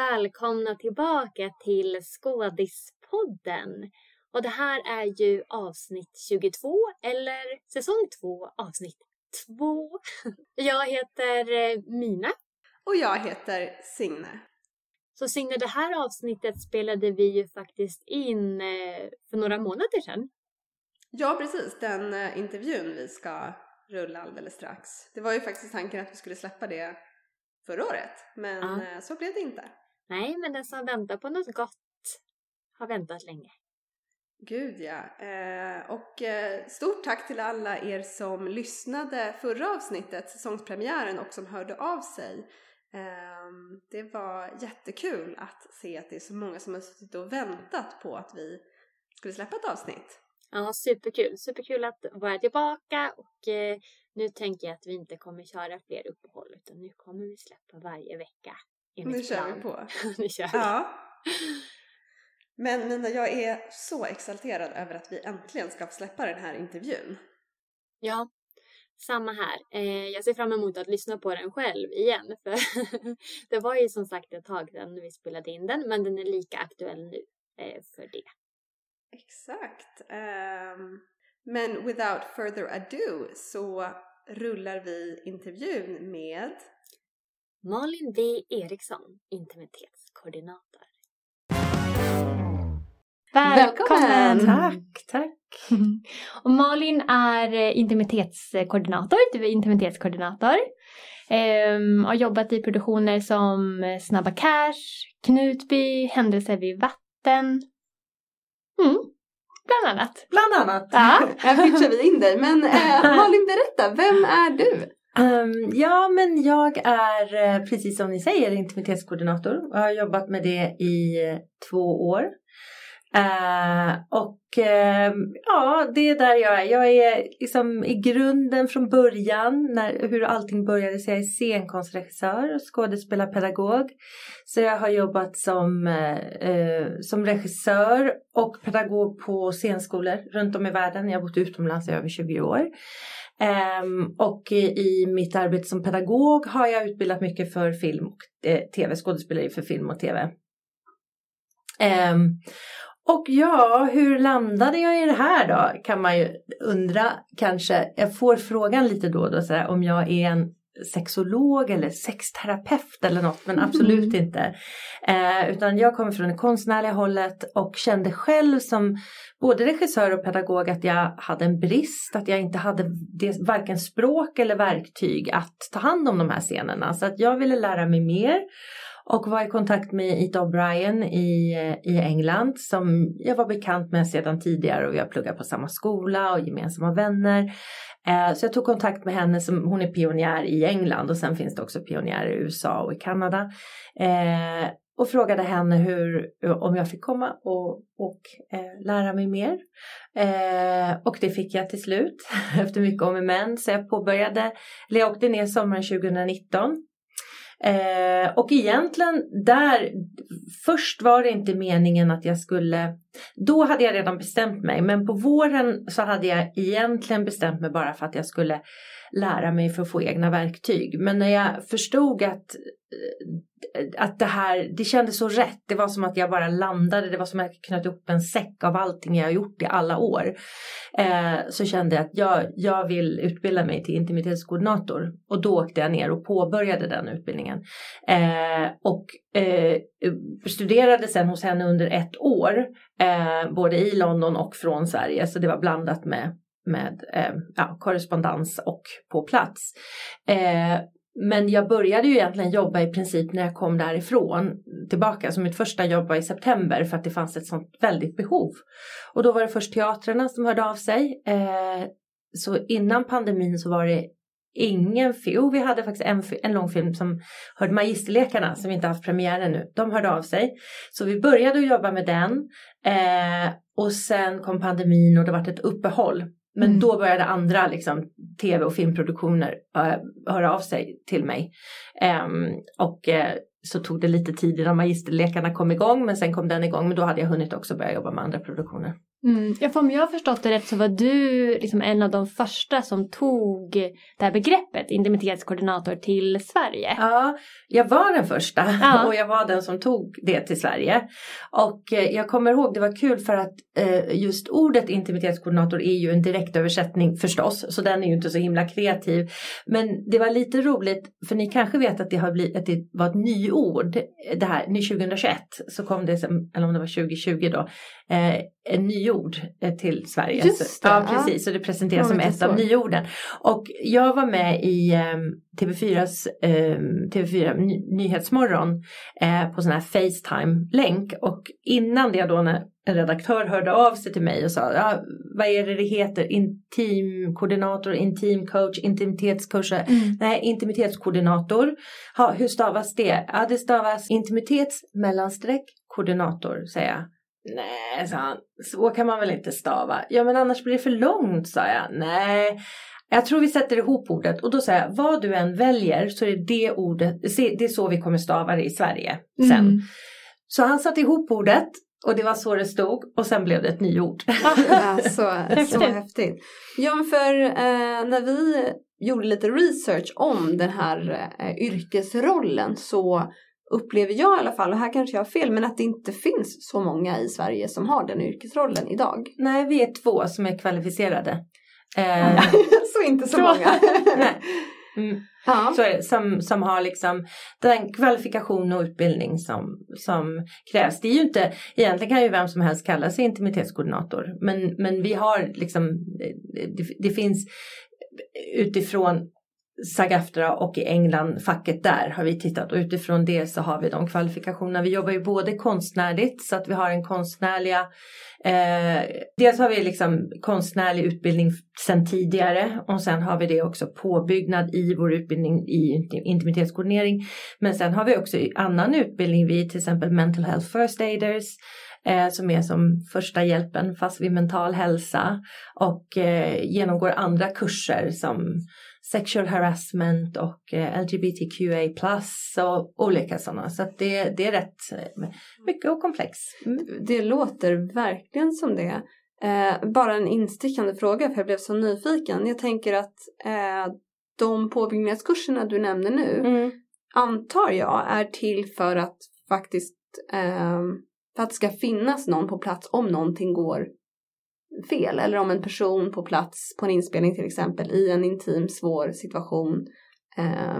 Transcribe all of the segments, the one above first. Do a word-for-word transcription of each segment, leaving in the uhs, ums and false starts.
välkomna tillbaka till Skådispodden. Och det här är ju avsnitt tjugotvå eller säsong två, avsnitt två. Jag heter Mina. Och jag heter Signe. Så Signe, det här avsnittet spelade vi ju faktiskt in för några månader sedan. Ja, precis. Den intervjun vi ska rulla alldeles strax. Det var ju faktiskt tanken att vi skulle släppa det förra året. Men ja. Så blev det inte. Nej, men den som väntar på något gott har väntat länge. Gud ja. Eh, och eh, stort tack till alla er som lyssnade förra avsnittet, säsongspremiären, och som hörde av sig. Eh, det var jättekul att se att det är så många som har suttit och väntat på att vi skulle släppa ett avsnitt. Ja, superkul. Superkul att vara tillbaka, och eh, nu tänker jag att vi inte kommer köra fler uppehåll, utan nu kommer vi släppa varje vecka. Nu kör vi på. nu kör vi. Ja. Men Mina, jag är så exalterad över att vi äntligen ska få släppa den här intervjun. Ja, samma här. Eh, jag ser fram emot att lyssna på den själv igen. För det var ju som sagt ett tag sedan vi spelade in den, men den är lika aktuell nu eh, för det. Exakt. Um, men without further ado så rullar vi intervjun med Malin V. Eriksson, intimitetskoordinator. Välkommen! Tack, tack. Och Malin är intimitetskoordinator, du är intimitetskoordinator. Ehm, har jobbat i produktioner som Snabba Cash, Knutby, Händelser vid vatten. Mm, bland annat. Bland annat. Ja. Här pitchar vi in dig. Men eh, Malin, berätta, vem är du? Um, ja, men jag är, precis som ni säger, intimitetskoordinator. Jag har jobbat med det i två år. Uh, och uh, ja, det är där jag är. Jag är liksom i grunden från början, när, hur allting började, så jag är scenkonstregissör och skådespelarpedagog. Så jag har jobbat som, uh, som regissör och pedagog på scenskolor runt om i världen. Jag har bott utomlands i över tjugo år. Um, och i, i mitt arbete som pedagog har jag utbildat mycket för film och eh, tv, skådespeleri för film och tv. Um, och ja, hur landade jag i det här då? Kan man ju undra kanske. Jag får frågan lite då och då sådär, om jag är en sexolog eller sexterapeut eller något, men absolut mm. inte. Eh, utan jag kommer från det konstnärliga hållet och kände själv som både regissör och pedagog att jag hade en brist, att jag inte hade det, varken språk eller verktyg att ta hand om de här scenerna. Så att jag ville lära mig mer. Och var i kontakt med Ita O'Brien i, i England, som jag var bekant med sedan tidigare, och jag pluggar på samma skola och gemensamma vänner. Eh, så jag tog kontakt med henne, som hon är pionjär i England, och sen finns det också pionjärer i U S A och i Kanada. Eh, och frågade henne hur, om jag fick komma och, och eh, lära mig mer. Eh, och det fick jag till slut efter mycket om och men. Så jag påbörjade, eller jag åkte ner sommaren tjugonitton. Eh, och egentligen där, först var det inte meningen att jag skulle, då hade jag redan bestämt mig, men på våren så hade jag egentligen bestämt mig bara för att jag skulle lära mig för att få egna verktyg. Men när jag förstod att att det här, det kändes så rätt. Det var som att jag bara landade. Det var som att jag knöt upp en säck av allting jag har gjort i alla år. Eh, så kände jag att jag, jag vill utbilda mig till intimitetskoordinator. Och då åkte jag ner och påbörjade den utbildningen. Eh, och eh, studerade sen hos henne under ett år. Eh, både i London och från Sverige. Så det var blandat med, med eh, ja, korrespondens och på plats. Eh, Men jag började ju egentligen jobba i princip när jag kom därifrån tillbaka. Så mitt första jobb var i september, för att det fanns ett sånt väldigt behov. Och då var det först teatrarna som hörde av sig. Eh, så innan pandemin så var det ingen film. Vi hade faktiskt en, en lång film som hörde Magisterlekarna, som inte haft premiären nu. De hörde av sig. Så vi började att jobba med den. Eh, och sen kom pandemin och det var ett uppehåll. Men mm. då började andra liksom, tv- och filmproduktioner uh, höra av sig till mig. Um, och uh, så tog det lite tid innan Magisterlekarna kom igång. Men sen kom den igång. Men då hade jag hunnit också börja jobba med andra produktioner. Mm. Ja, för om jag har förstått det rätt så var du liksom en av de första som tog det här begreppet intimitetskoordinator till Sverige. Ja, jag var den första ja. och jag var den som tog det till Sverige. Och eh, jag kommer ihåg, det var kul för att eh, just ordet intimitetskoordinator är ju en direktöversättning förstås. Så den är ju inte så himla kreativ. Men det var lite roligt, för ni kanske vet att det, har blivit, att det var ett nyord. Det här, nu tjugohundratjugoett så kom det, som, eller om det var tjugotjugo då, eh, en nyord till Sverige. Just det, ja, precis. Ja. Så det presenteras som ett så. av nyorden. Och jag var med i um, T V fyras um, T V fyra ny- Nyhetsmorgon uh, på sån här FaceTime-länk. Och innan det då när en redaktör hörde av sig till mig och sa, ja, vad är det det heter? Intimkoordinator, intimcoach, intimitetskurser. Mm. Nej, intimitetskoordinator. Ha, hur stavas det? Ja, det stavas intimitets mellanstreck koordinator, säger jag. Nej, sa han. Så kan man väl inte stava. Ja, men annars blir det för långt, sa jag. Nej, jag tror vi sätter ihop ordet. Och då sa jag, vad du än väljer så är det ordet, det är så vi kommer stava det i Sverige sen. Mm. Så han satte ihop ordet och det var så det stod. Och sen blev det ett nyord. Ja, så, så häftigt. Ja, men för eh, när vi gjorde lite research om den här eh, yrkesrollen så upplever jag i alla fall, och här kanske jag har fel, men att det inte finns så många i Sverige som har den yrkesrollen idag. Nej, vi är två som är kvalificerade. Eh, så inte så många. Nej. Mm. Ja. Så är det, som, som har liksom den kvalifikation och utbildning som, som krävs. Det är ju inte, egentligen kan ju vem som helst kalla sig intimitetskoordinator. Men, men vi har liksom, det, det finns utifrån SAG-AFTRA och i England, facket där har vi tittat, och utifrån det så har vi de kvalifikationerna. Vi jobbar ju både konstnärligt så att vi har en konstnärliga eh, dels har vi liksom konstnärlig utbildning sedan tidigare, och sen har vi det också påbyggnad i vår utbildning i intimitetskoordinering, men sen har vi också annan utbildning, vi till exempel mental health first aiders Eh, som är som första hjälpen fast vid mental hälsa, och eh, genomgår andra kurser som sexual harassment och eh, L G B T Q A plus och olika sådana. Så att det, det är rätt mycket och komplex. Mm. Det låter verkligen som det. Eh, bara en instickande fråga, för jag blev så nyfiken. Jag tänker att eh, de påbyggnadskurserna du nämner nu, mm. antar jag är till för att faktiskt eh, för att det ska finnas någon på plats om någonting går fel. Eller om en person på plats på en inspelning till exempel i en intim svår situation eh,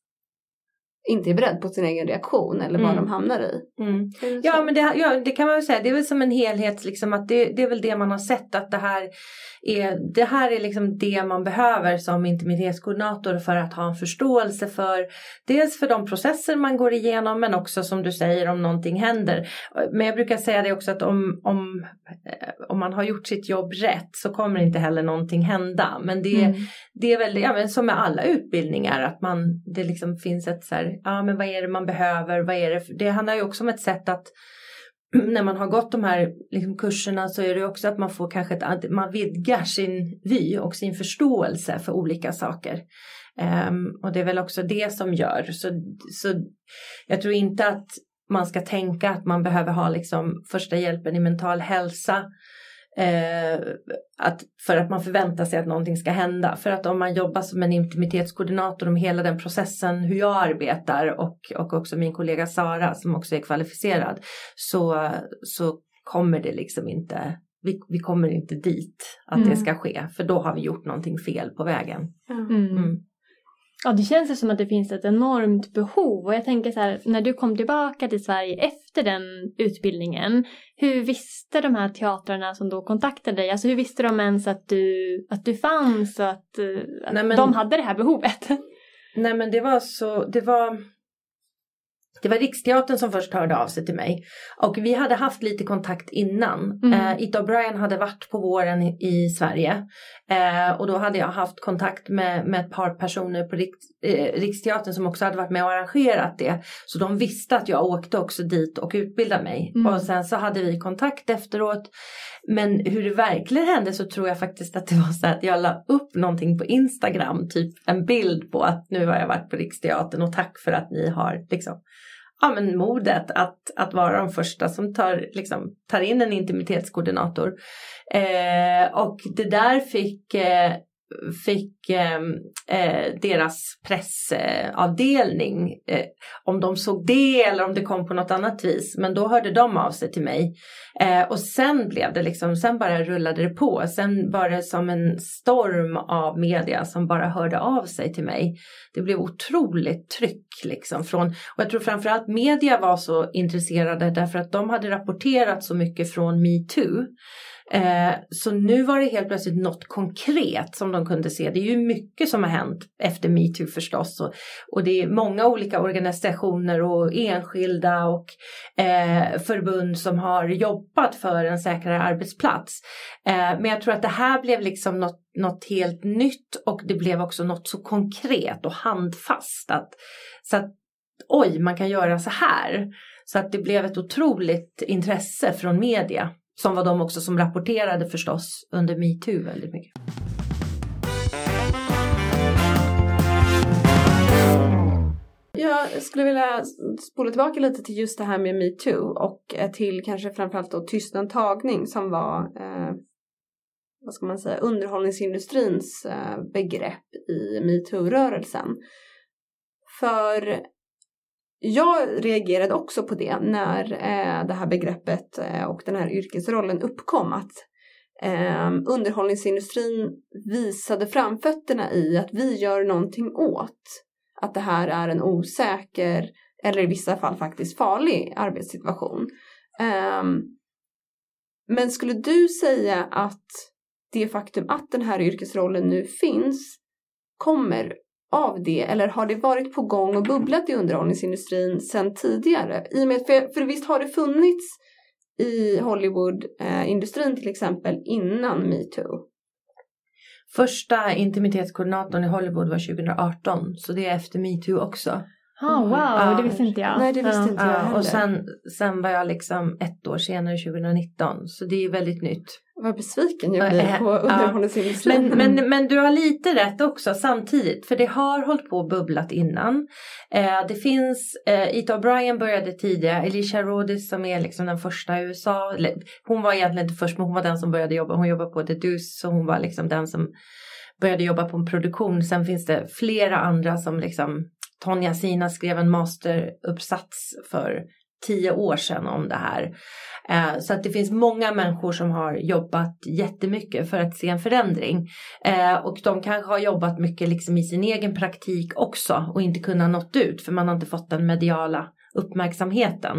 inte är beredd på sin egen reaktion eller vad mm. de hamnar i. Mm. Ja, men det, ja, det kan man väl säga. Det är väl som en helhet liksom, att det, det är väl det man har sett, att det här är, det här är liksom det man behöver som intimitetskoordinator för att ha en förståelse för dels för de processer man går igenom, men också som du säger om någonting händer. Men jag brukar säga det också att om, om, om man har gjort sitt jobb rätt så kommer inte heller någonting hända. Men det, mm. det är väl ja, men som med alla utbildningar, att man, det liksom finns ett så här, ja men vad är det man behöver, vad är det, det handlar ju också om ett sätt att när man har gått de här liksom, kurserna, så är det också att man får kanske ett, att man vidgar sin vy och sin förståelse för olika saker. Um, och det är väl också det som gör. Så, så jag tror inte att man ska tänka att man behöver ha liksom, första hjälpen i mental hälsa. Eh, att för att man förväntar sig att någonting ska hända. För att om man jobbar som en intimitetskoordinator om hela den processen, hur jag arbetar, och, och också min kollega Sara som också är kvalificerad, så, så kommer det liksom inte, vi, vi kommer inte dit att mm. det ska ske, för då har vi gjort någonting fel på vägen. Mm. Mm. Ja, det känns som att det finns ett enormt behov. Och jag tänker så här, när du kom tillbaka till Sverige efter den utbildningen, hur visste de här teatrarna som då kontaktade dig, alltså hur visste de ens att du, att du fanns och att, att Nej, men, de hade det här behovet? Nej, men det var så, det var... Det var Riksteatern som först hörde av sig till mig. Och vi hade haft lite kontakt innan. Mm. Eh, Ita O'Brien hade varit på våren i, i Sverige. Eh, och då hade jag haft kontakt med, med ett par personer på Riks, eh, Riksteatern som också hade varit med och arrangerat det. Så de visste att jag åkte också dit och utbildade mig. Mm. Och sen så hade vi kontakt efteråt. Men hur det verkligen hände, så tror jag faktiskt att det var så att jag la upp någonting på Instagram. Typ en bild på att nu har jag varit på Riksteatern och tack för att ni har liksom... ja, men modet att, att vara de första som tar, liksom, tar in en intimitetskoordinator. Eh, och det där fick, eh, fick eh, eh, deras pressavdelning, eh, om de såg det eller om det kom på något annat vis. Men då hörde de av sig till mig. Eh, och sen blev det liksom, sen bara rullade det på. Sen var det som en storm av media som bara hörde av sig till mig. Det blev otroligt tryck liksom från, och jag tror framförallt media var så intresserade därför att de hade rapporterat så mycket från MeToo. Eh, så nu var det helt plötsligt något konkret som de kunde se. Det är ju mycket som har hänt efter MeToo förstås. Och, och det är många olika organisationer och enskilda och eh, förbund som har jobbat för en säkrare arbetsplats. Eh, men jag tror att det här blev liksom något, något helt nytt och det blev också något så konkret och handfast. Att, så att oj, man kan göra så här. Så att det blev ett otroligt intresse från media. Som var de också som rapporterade förstås under MeToo väldigt mycket. Jag skulle vilja spola tillbaka lite till just det här med MeToo och till kanske framförallt då tystnadtagning som var eh, vad ska man säga, underhållningsindustrins eh, begrepp i MeToo-rörelsen. För jag reagerade också på det när eh, det här begreppet eh, och den här yrkesrollen uppkom. Att eh, underhållningsindustrin visade framfötterna i att vi gör någonting åt att det här är en osäker eller i vissa fall faktiskt farlig arbetssituation. Eh, men skulle du säga att det faktum att den här yrkesrollen nu finns kommer av det, eller har det varit på gång och bubblat i underhållningsindustrin sedan tidigare? I och med, för, för visst har det funnits i Hollywood-industrin eh, till exempel innan MeToo? Första intimitetskoordinatorn i Hollywood var tjugo arton, så det är efter MeToo också. Oh, wow, ja. Det visste inte jag. Nej, det visste ja. inte jag heller. Och sen, sen var jag liksom ett år senare, tjugo nitton. Så det är väldigt nytt. Vad besviken jag blir på underhållningsindustrin. Men, men, men du har lite rätt också samtidigt. För det har hållit på och bubblat innan. Eh, det finns, eh, Ita O'Brien började tidigare. Alicia Rodis som är liksom den första i U S A. Hon var egentligen inte först, men hon var den som började jobba. Hon jobbade på The Deuce, så hon var liksom den som började jobba på en produktion. Sen finns det flera andra som liksom... Tonja Sina skrev en masteruppsats för tio år sedan om det här. Eh, så att det finns många människor som har jobbat jättemycket för att se en förändring. Eh, och de kanske har jobbat mycket liksom i sin egen praktik också och inte kunnat nått ut för man har inte fått den mediala uppmärksamheten.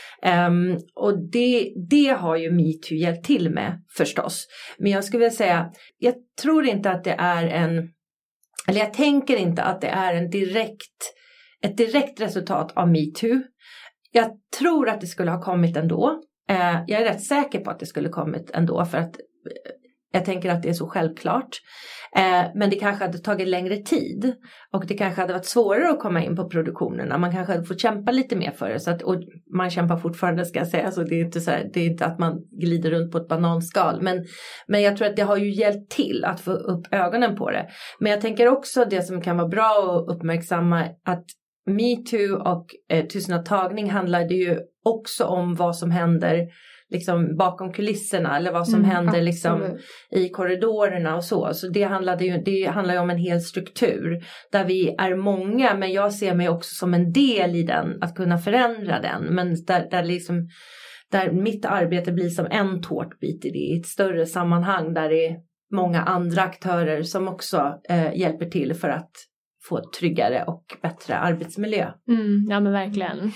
Um, och det, det har ju MeToo hjälpt till med förstås. Men jag skulle vilja säga, jag tror inte att det är en... Eller jag tänker inte att det är en direkt, ett direkt resultat av MeToo. Jag tror att det skulle ha kommit ändå. Eh, jag är rätt säker på att det skulle ha kommit ändå. För att eh, jag tänker att det är så självklart. Eh, men det kanske hade tagit längre tid. Och det kanske hade varit svårare att komma in på produktionerna. Man kanske hade fått kämpa lite mer för det. Så att, och man kämpar fortfarande, ska jag säga. Så det är inte, så här, det är inte att man glider runt på ett bananskal. Men, men jag tror att det har ju hjälpt till att få upp ögonen på det. Men jag tänker också det som kan vara bra att uppmärksamma. Att MeToo och eh, tystnadtagning handlade ju också om vad som händer liksom bakom kulisserna eller vad som mm, händer liksom i korridorerna och så. Så det handlade ju, det handlar ju om en hel struktur där vi är många, men jag ser mig också som en del i den, att kunna förändra den. Men där, där, liksom, där mitt arbete blir som en tårtbit i det, i ett större sammanhang där det är många andra aktörer som också eh, hjälper till för att få ett tryggare och bättre arbetsmiljö. Mm, ja men verkligen.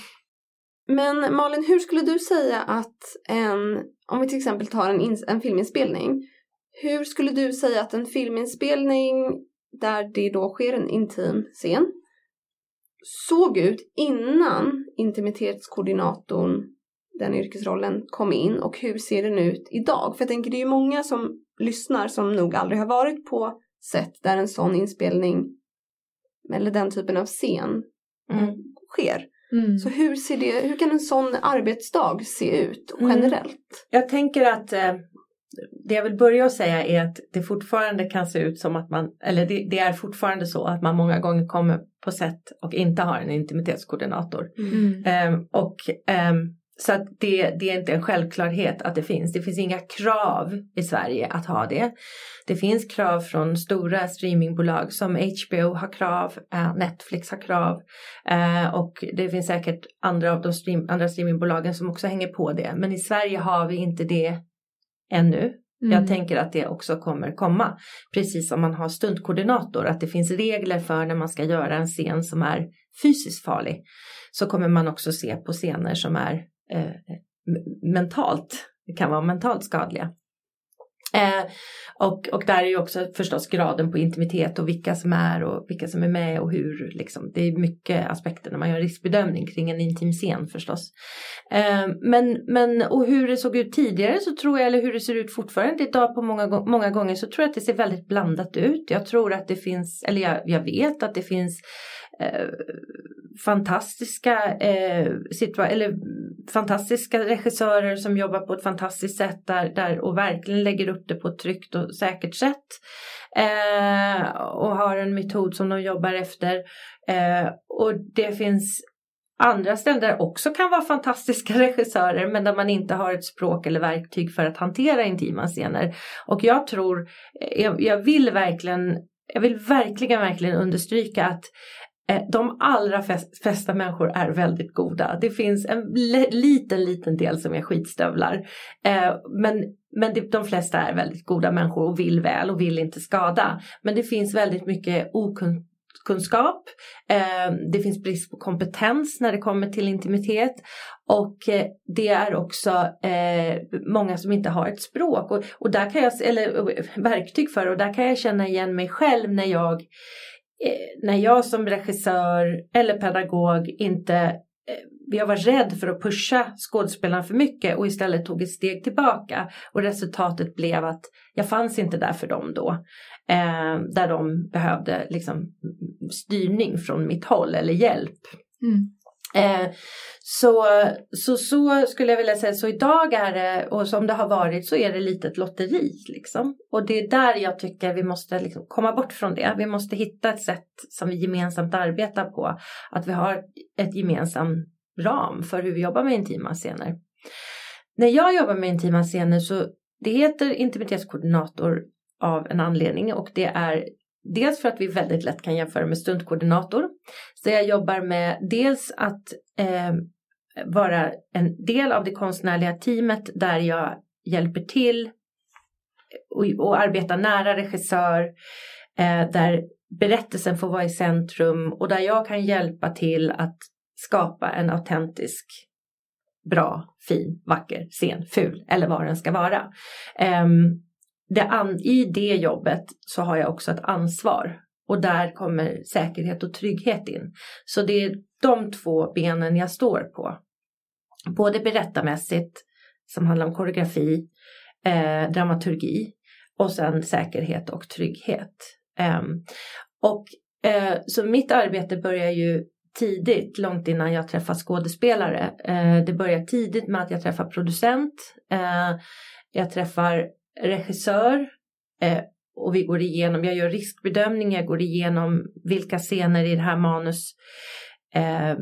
Men Malin, hur skulle du säga att en, om vi till exempel tar en, ins- en filminspelning, hur skulle du säga att en filminspelning där det då sker en intim scen såg ut innan intimitetskoordinatorn, den yrkesrollen, kom in, och hur ser den ut idag? För jag tänker det är ju många som lyssnar som nog aldrig har varit på sätt där en sån inspelning eller den typen av scen mm. sker. Mm. Så hur ser det, hur kan en sån arbetsdag se ut generellt? Mm. Jag tänker att eh, det jag vill börja att säga är att det fortfarande kan se ut som att man, eller det, det är fortfarande så att man många gånger kommer på sätt och inte har en intimitetskoordinator. Mm. Um, och um, så att det, det är inte en självklarhet att det finns. Det finns inga krav i Sverige att ha det. Det finns krav från stora streamingbolag som H B O har krav, uh, Netflix har krav. Uh, och det finns säkert andra av de stream, andra streamingbolagen som också hänger på det. Men i Sverige har vi inte det ännu. Mm. Jag tänker att det också kommer komma. Precis som man har stuntkoordinator. Att det finns regler för när man ska göra en scen som är fysiskt farlig. Så kommer man också se på scener som är eh, mentalt. Det kan vara mentalt skadliga. Eh, och, och där är ju också förstås graden på intimitet och vilka som är och vilka som är med och hur. Liksom. Det är mycket aspekter när man gör riskbedömning kring en intim scen förstås. Eh, men, men och hur det såg ut tidigare så tror jag, eller hur det ser ut fortfarande idag på många, många gånger så tror jag att det ser väldigt blandat ut. Jag tror att det finns, eller jag, jag vet att det finns eh, fantastiska eh, situa- eller fantastiska regissörer som jobbar på ett fantastiskt sätt där, där och verkligen lägger upp det på ett tryggt och säkert sätt eh, och har en metod som de jobbar efter eh, och det finns andra ställen där också kan vara fantastiska regissörer men där man inte har ett språk eller verktyg för att hantera intima scener. Och jag tror, jag, jag vill verkligen jag vill verkligen verkligen understryka att de allra flesta människor är väldigt goda. Det finns en l- liten, liten del som är skitstövlar. Eh, men men det, de flesta är väldigt goda människor och vill väl och vill inte skada. Men det finns väldigt mycket okunskap. Eh, det finns brist på kompetens när det kommer till intimitet. Och eh, det är också eh, många som inte har ett språk. Och, och där kan jag, eller verktyg för. Och där kan jag känna igen mig själv när jag när jag som regissör eller pedagog inte, jag var rädd för att pusha skådespelarna för mycket och istället tog ett steg tillbaka och resultatet blev att jag fanns inte där för dem då eh, där de behövde liksom styrning från mitt håll eller hjälp. Mm. Eh, så, så, så skulle jag vilja säga, så idag är det, och som det har varit så är det lite ett lotteri liksom. Och det är där jag tycker vi måste liksom komma bort från det. Vi måste hitta ett sätt som vi gemensamt arbetar på. Att vi har ett gemensam ram för hur vi jobbar med intima scener. När jag jobbar med intima scener så det heter intimitetskoordinator av en anledning och det är dels för att vi väldigt lätt kan jämföra med stuntkoordinator. Så jag jobbar med dels att eh, vara en del av det konstnärliga teamet där jag hjälper till och, och arbetar nära regissör. Eh, där berättelsen får vara i centrum och där jag kan hjälpa till att skapa en autentisk, bra, fin, vacker, scen, ful eller vad den ska vara. Eh, Det an- I det jobbet så har jag också ett ansvar och där kommer säkerhet och trygghet in. Så det är de två benen jag står på. Både berättarmässigt som handlar om koreografi, eh, dramaturgi och sen säkerhet och trygghet. Eh, och eh, så mitt arbete börjar ju tidigt, långt innan jag träffar skådespelare. Eh, det börjar tidigt med att jag träffar producent. Eh, jag träffar regissör eh, och vi går igenom, jag gör riskbedömningar, jag går igenom vilka scener i det här manus eh,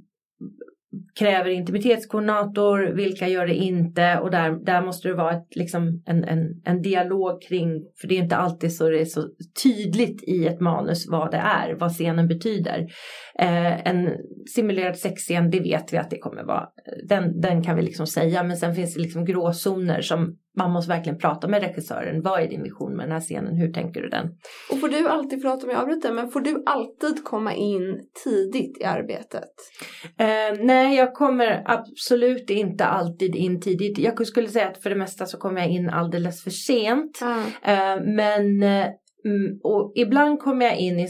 kräver intimitetskoordinator, vilka gör det inte och där, där måste det vara ett, liksom en, en, en dialog kring, för det är inte alltid så det är så tydligt i ett manus vad det är, vad scenen betyder. Eh, en simulerad sexscen, det vet vi att det kommer vara, den, den kan vi liksom säga, men sen finns det liksom gråzoner som man måste verkligen prata med regissören. Vad är din vision med den här scenen? Hur tänker du den? Och får du alltid, förlåt om jag avbryter, men får du alltid komma in tidigt i arbetet? Eh, nej, jag kommer absolut inte alltid in tidigt. Jag skulle säga att för det mesta så kommer jag in alldeles för sent. Mm. Eh, men... Och ibland kommer jag in i såna här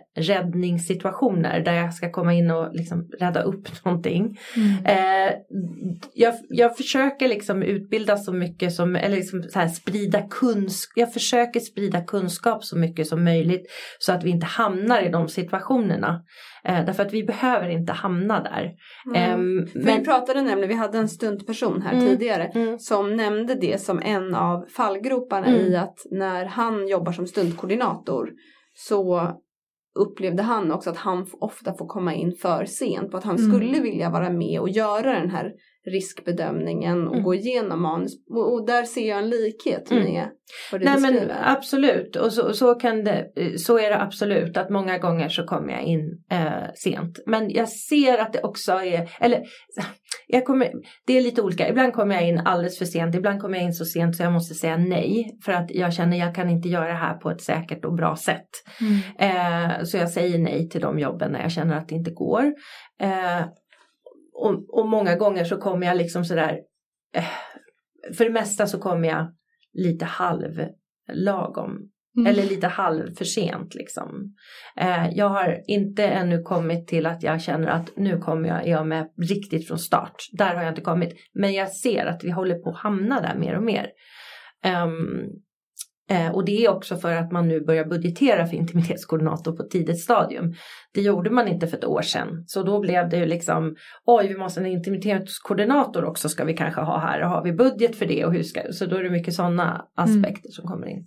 räddningssituationer där jag ska komma in och liksom rädda upp någonting. Mm. Eh, jag, jag försöker liksom utbilda så mycket som, eller liksom så här sprida kunskap, jag försöker sprida kunskap så mycket som möjligt så att vi inte hamnar i de situationerna. Eh, därför att vi behöver inte hamna där. Mm. Eh, För men, vi pratade nämligen, vi hade en stuntperson här Mm. tidigare Mm. som nämnde det som en av fallgroparna Mm. i att när han jobbar som stuntkoordinator så upplevde han också att han ofta får komma in för sent på att han Mm. skulle vilja vara med och göra den här riskbedömningen och Mm. gå igenom manus. Och, och där ser jag en likhet Mm. med vad du Nej men beskriver. absolut, och så, så, kan det, så är det absolut att många gånger så kommer jag in eh, sent. Men jag ser att det också är, eller jag kommer, det är lite olika. Ibland kommer jag in alldeles för sent, ibland kommer jag in så sent så jag måste säga nej. För att jag känner jag kan inte göra det här på ett säkert och bra sätt. Mm. Eh, så jag säger nej till de jobben när jag känner att det inte går. Eh, och, och många gånger så kommer jag liksom sådär, eh, för det mesta så kommer jag lite halv lagom. Mm. Eller lite halv för sent liksom. Eh, jag har inte ännu kommit till att jag känner att nu kommer jag, jag med riktigt från start. Där har jag inte kommit. Men jag ser att vi håller på att hamna där mer och mer. Um, eh, och det är också för att man nu börjar budgetera för intimitetskoordinator på ett tidigt stadium. Det gjorde man inte för ett år sedan. Så då blev det ju liksom, oj vi måste en intimitetskoordinator också ska vi kanske ha här. Och har vi budget för det och hur ska, så då är det mycket sådana aspekter mm. som kommer in.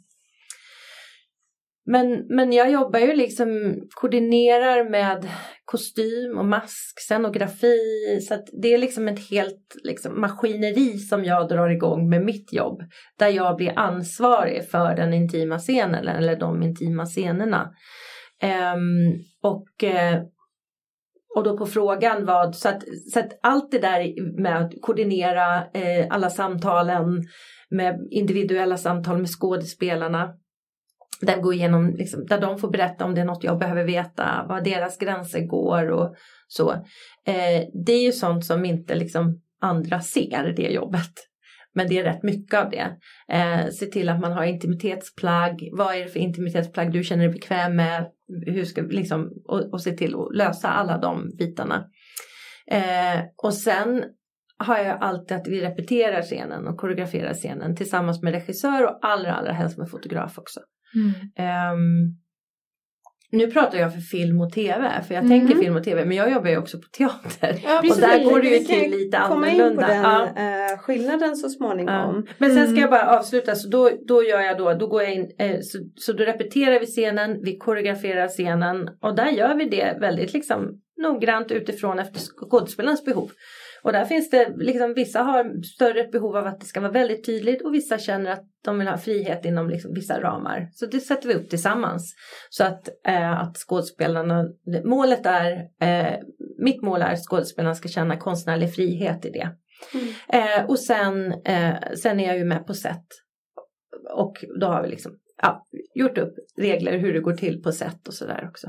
Men, men jag jobbar ju liksom, koordinerar med kostym och mask, scenografi. Så att det är liksom ett helt liksom, maskineri som jag drar igång med mitt jobb. Där jag blir ansvarig för den intima scenen eller de intima scenerna. Um, och, och då på frågan vad, så att, så att allt det där med att koordinera eh, alla samtalen med individuella samtal med skådespelarna. Där, går igenom, liksom, där de får berätta om det är något jag behöver veta. Vad deras gränser går och så. Eh, det är ju sånt som inte liksom, andra ser det jobbet. Men det är rätt mycket av det. Eh, se till att man har intimitetsplagg. Vad är det för intimitetsplagg du känner dig bekväm med? Hur ska, liksom, och, och se till att lösa alla de bitarna. Eh, och sen har jag alltid att vi repeterar scenen och koreograferar scenen. Tillsammans med regissör och allra allra helst med fotograf också. Mm. Um, nu pratar jag för film och tv. För jag mm. tänker film och tv. Men jag jobbar ju också på teater. Ja, och där går det ju till lite annorlunda. In på den ja. uh, skillnaden så småningom. Uh. Men sen ska jag bara avsluta. Så då, då gör jag då. Då går jag in. Eh, så, så då repeterar vi scenen. Vi koreograferar scenen. Och där gör vi det väldigt liksom noggrant utifrån efter skådespelarens behov. Och där finns det, liksom, vissa har större behov av att det ska vara väldigt tydligt. Och vissa känner att de vill ha frihet inom liksom, vissa ramar. Så det sätter vi upp tillsammans. Så att, eh, att skådespelarna, målet är, eh, mitt mål är att skådespelarna ska känna konstnärlig frihet i det. Mm. Eh, och sen, eh, sen är jag ju med på set. Och då har vi liksom, ja, gjort upp regler hur det går till på set och sådär också.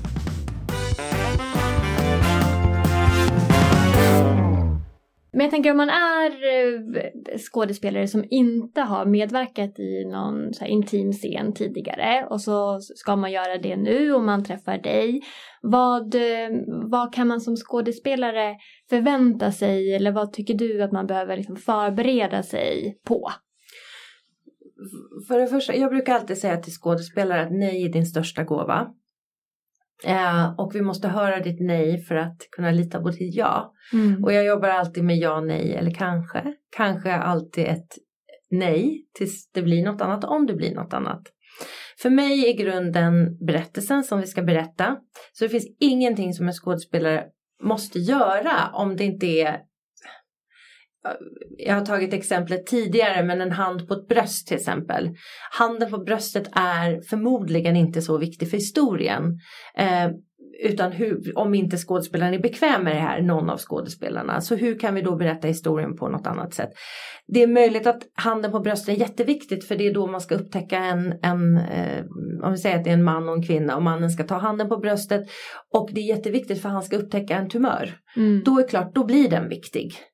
Men jag tänker om man är skådespelare som inte har medverkat i någon så här intim scen tidigare och så ska man göra det nu och man träffar dig. Vad, vad kan man som skådespelare förvänta sig eller vad tycker du att man behöver liksom förbereda sig på? För det första, jag brukar alltid säga till skådespelare att nej är din största gåva. Eh, och vi måste höra ditt nej för att kunna lita på ditt ja. Mm. Och jag jobbar alltid med ja, nej eller kanske. Kanske alltid ett nej tills det blir något annat om det blir något annat. För mig är grunden berättelsen som vi ska berätta. Så det finns ingenting som en skådespelare måste göra om det inte är... Jag har tagit exemplet tidigare men en hand på ett bröst till exempel. Handen på bröstet är förmodligen inte så viktig för historien. Eh, utan hur, om inte skådespelaren är bekväm med det här, någon av skådespelarna. Så hur kan vi då berätta historien på något annat sätt? Det är möjligt att handen på bröstet är jätteviktigt för det är då man ska upptäcka en, en eh, om vi säger att det är en man och en kvinna och mannen ska ta handen på bröstet. Och det är jätteviktigt för han ska upptäcka en tumör. Mm. Då är klart, då blir den viktig.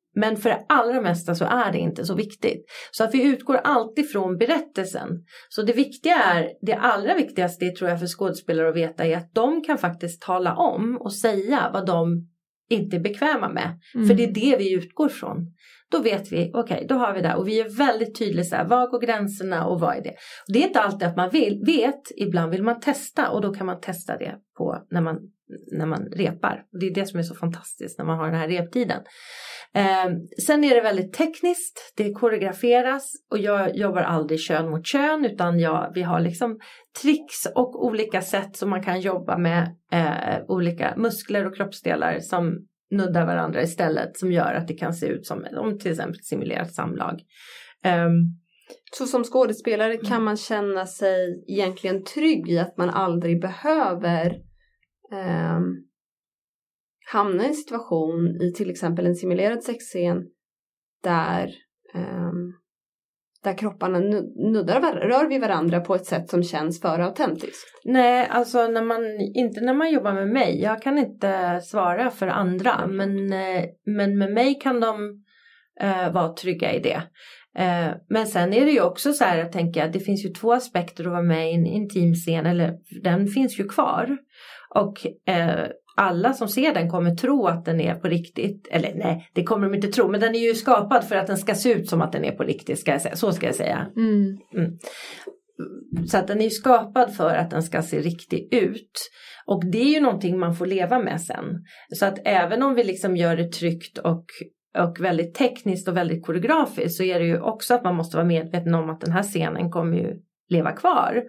Men för det allra mesta så är det inte så viktigt. Så att vi utgår alltid från berättelsen. Så det viktiga är, det allra viktigaste tror jag för skådespelare att veta är att de kan faktiskt tala om och säga vad de inte är bekväma med. Mm. För det är det vi utgår från. Då vet vi, okej, okay, då har vi det. Och vi är väldigt tydliga så här, var går gränserna och vad är det? Och det är inte alltid att man vill, vet, ibland vill man testa. Och då kan man testa det på när man, när man repar. Och det är det som är så fantastiskt när man har den här reptiden. Eh, sen är det väldigt tekniskt, det koreograferas och jag jobbar aldrig kön mot kön utan jag, vi har liksom tricks och olika sätt som man kan jobba med eh, olika muskler och kroppsdelar som nuddar varandra istället som gör att det kan se ut som om till exempel simulerat samlag. Um, Så som skådespelare kan man känna sig egentligen trygg i att man aldrig behöver um, hamna i en situation i till exempel en simulerad sexscen där, um, där kropparna nuddar, rör vid varandra på ett sätt som känns för autentiskt. Nej, alltså när man, inte när man jobbar med mig. Jag kan inte svara för andra. Mm. Men, men med mig kan de uh, vara trygga i det. Uh, men sen är det ju också så här, jag tänker att det finns ju två aspekter att vara med i en intim scen. Eller den finns ju kvar. Och uh, alla som ser den kommer tro att den är på riktigt. Eller nej, det kommer de inte tro. Men den är ju skapad för att den ska se ut som att den är på riktigt. Ska jag säga. Så ska jag säga. Mm. Mm. Så att den är ju skapad för att den ska se riktig ut. Och det är ju någonting man får leva med sen. Så att även om vi liksom gör det tryggt och, och väldigt tekniskt och väldigt koreografiskt. Så är det ju också att man måste vara medveten om att den här scenen kommer ju leva kvar.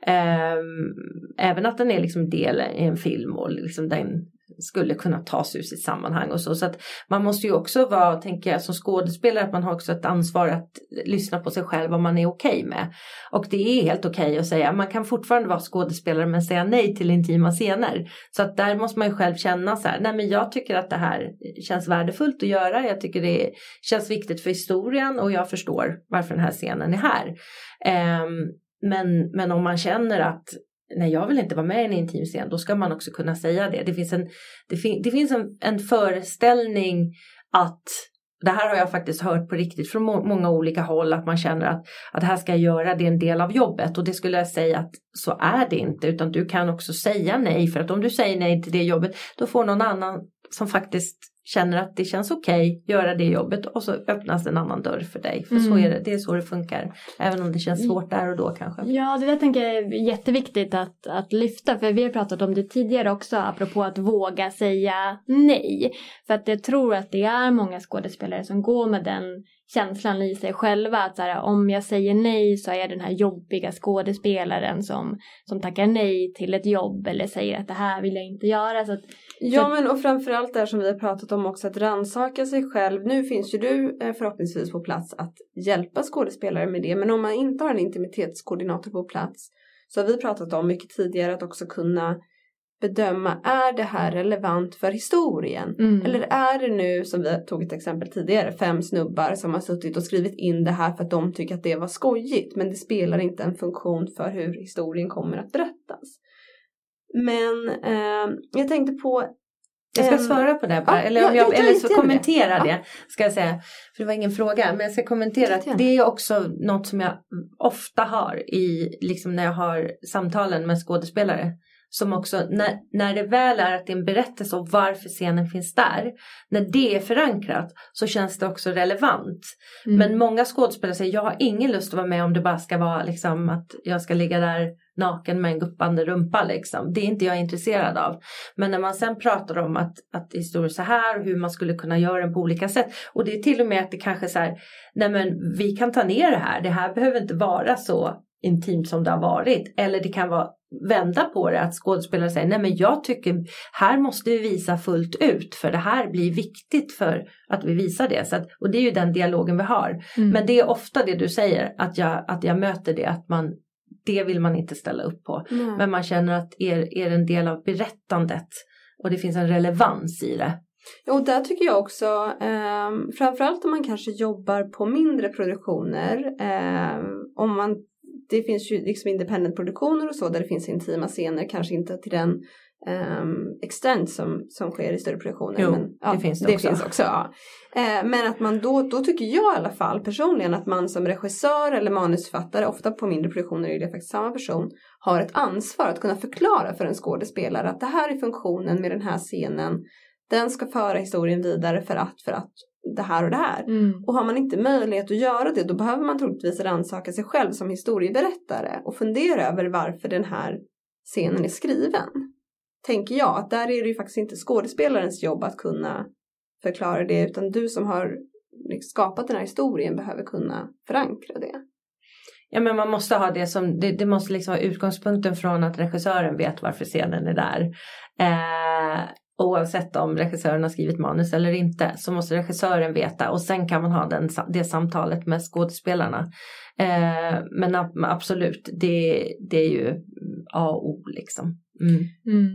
Även att den är liksom del i en film och liksom den skulle kunna tas ur sitt sammanhang och så. Så att man måste ju också vara, tänker jag, som skådespelare att man har också ett ansvar att lyssna på sig själv vad man är okej okay med. Och det är helt okej okay att säga, man kan fortfarande vara skådespelare men säga nej till intima scener. Så att där måste man ju själv känna så här, nej men jag tycker att det här känns värdefullt att göra. Jag tycker det känns viktigt för historien och jag förstår varför den här scenen är här. Um, Men, men om man känner att nej, jag vill inte vara med i en intim scen, då ska man också kunna säga det. Det finns en, det fin, det finns en, en föreställning att, det här har jag faktiskt hört på riktigt från må, många olika håll, att man känner att, att det här ska jag göra, det är en del av jobbet. Och det skulle jag säga att så är det inte, utan du kan också säga nej. För att om du säger nej till det jobbet, då får någon annan som faktiskt känner att det känns okej okay, göra det jobbet och så öppnas en annan dörr för dig. För mm. så är det, det är så det funkar. Även om det känns svårt där och då kanske. Ja, det där tänker jag är jätteviktigt att, att lyfta. För vi har pratat om det tidigare också, apropå att våga säga nej. För att jag tror att det är många skådespelare som går med den känslan i sig själva. Att så här, om jag säger nej så är jag den här jobbiga skådespelaren som, som tackar nej till ett jobb. Eller säger att det här vill jag inte göra. Så att, ja, så... men och framförallt där som vi har pratat om också, att rannsaka sig själv. Nu finns ju du förhoppningsvis på plats att hjälpa skådespelare med det. Men om man inte har en intimitetskoordinator på plats, så har vi pratat om mycket tidigare att också kunna bedöma, är det här relevant för historien? Mm. Eller är det nu, som vi tog ett exempel tidigare, fem snubbar som har suttit och skrivit in det här för att de tycker att det var skojigt, men det spelar inte en funktion för hur historien kommer att berättas. Men eh, jag tänkte på... Jag ska svara på det bara. Ja, eller, om jag, jag, eller så kommentera det. det. Ska jag säga. För det var ingen fråga. Men jag ska kommentera att det är också något som jag ofta har i, liksom när jag har samtalen med skådespelare. Som också, när, när det väl är att det är en berättelse om varför scenen finns där. När det är förankrat så känns det också relevant. Mm. Men många skådespelare säger, jag har ingen lust att vara med om det bara ska vara liksom att jag ska ligga där naken med en guppande rumpa liksom. Det är inte jag intresserad av. Men när man sen pratar om att, att historien är så här och hur man skulle kunna göra den på olika sätt. Och det är till och med att det kanske är så här, nej men vi kan ta ner det här. Det här behöver inte vara så intimt som det har varit. Eller det kan vara vända på det, att skådespelare säger, nej men jag tycker här måste vi visa fullt ut, för det här blir viktigt för att vi visar det. Så att, och det är ju den dialogen vi har. Mm. Men det är ofta det du säger, att jag, att jag möter det, att man, det vill man inte ställa upp på. Mm. Men man känner att är, är en del av berättandet och det finns en relevans i det. Och där tycker jag också, eh, framförallt om man kanske jobbar på mindre produktioner, eh, om man, det finns ju liksom independent-produktioner och så där det finns intima scener, kanske inte till den um, extent som, som sker i större produktioner. Jo, men, ja, det finns det, det också. Finns också ja. uh, men att man då, då tycker jag i alla fall personligen att man som regissör eller manusförfattare, ofta på mindre produktioner är det faktiskt samma person, har ett ansvar att kunna förklara för en skådespelare att det här är funktionen med den här scenen. Den ska föra historien vidare för att, för att det här och det här. Mm. Och har man inte möjlighet att göra det, då behöver man troligtvis rannsaka sig själv som historieberättare och fundera över varför den här scenen är skriven. Tänker jag, att där är det ju faktiskt inte skådespelarens jobb att kunna förklara det, utan du som har skapat den här historien behöver kunna förankra det. Ja, men man måste ha det som, det, det måste liksom vara utgångspunkten från att regissören vet varför scenen är där. Eh, oavsett om regissören har skrivit manus eller inte, så måste regissören veta, och sen kan man ha den, det samtalet med skådespelarna. Eh, men absolut, det, det är ju A och O liksom. Mm. Mm.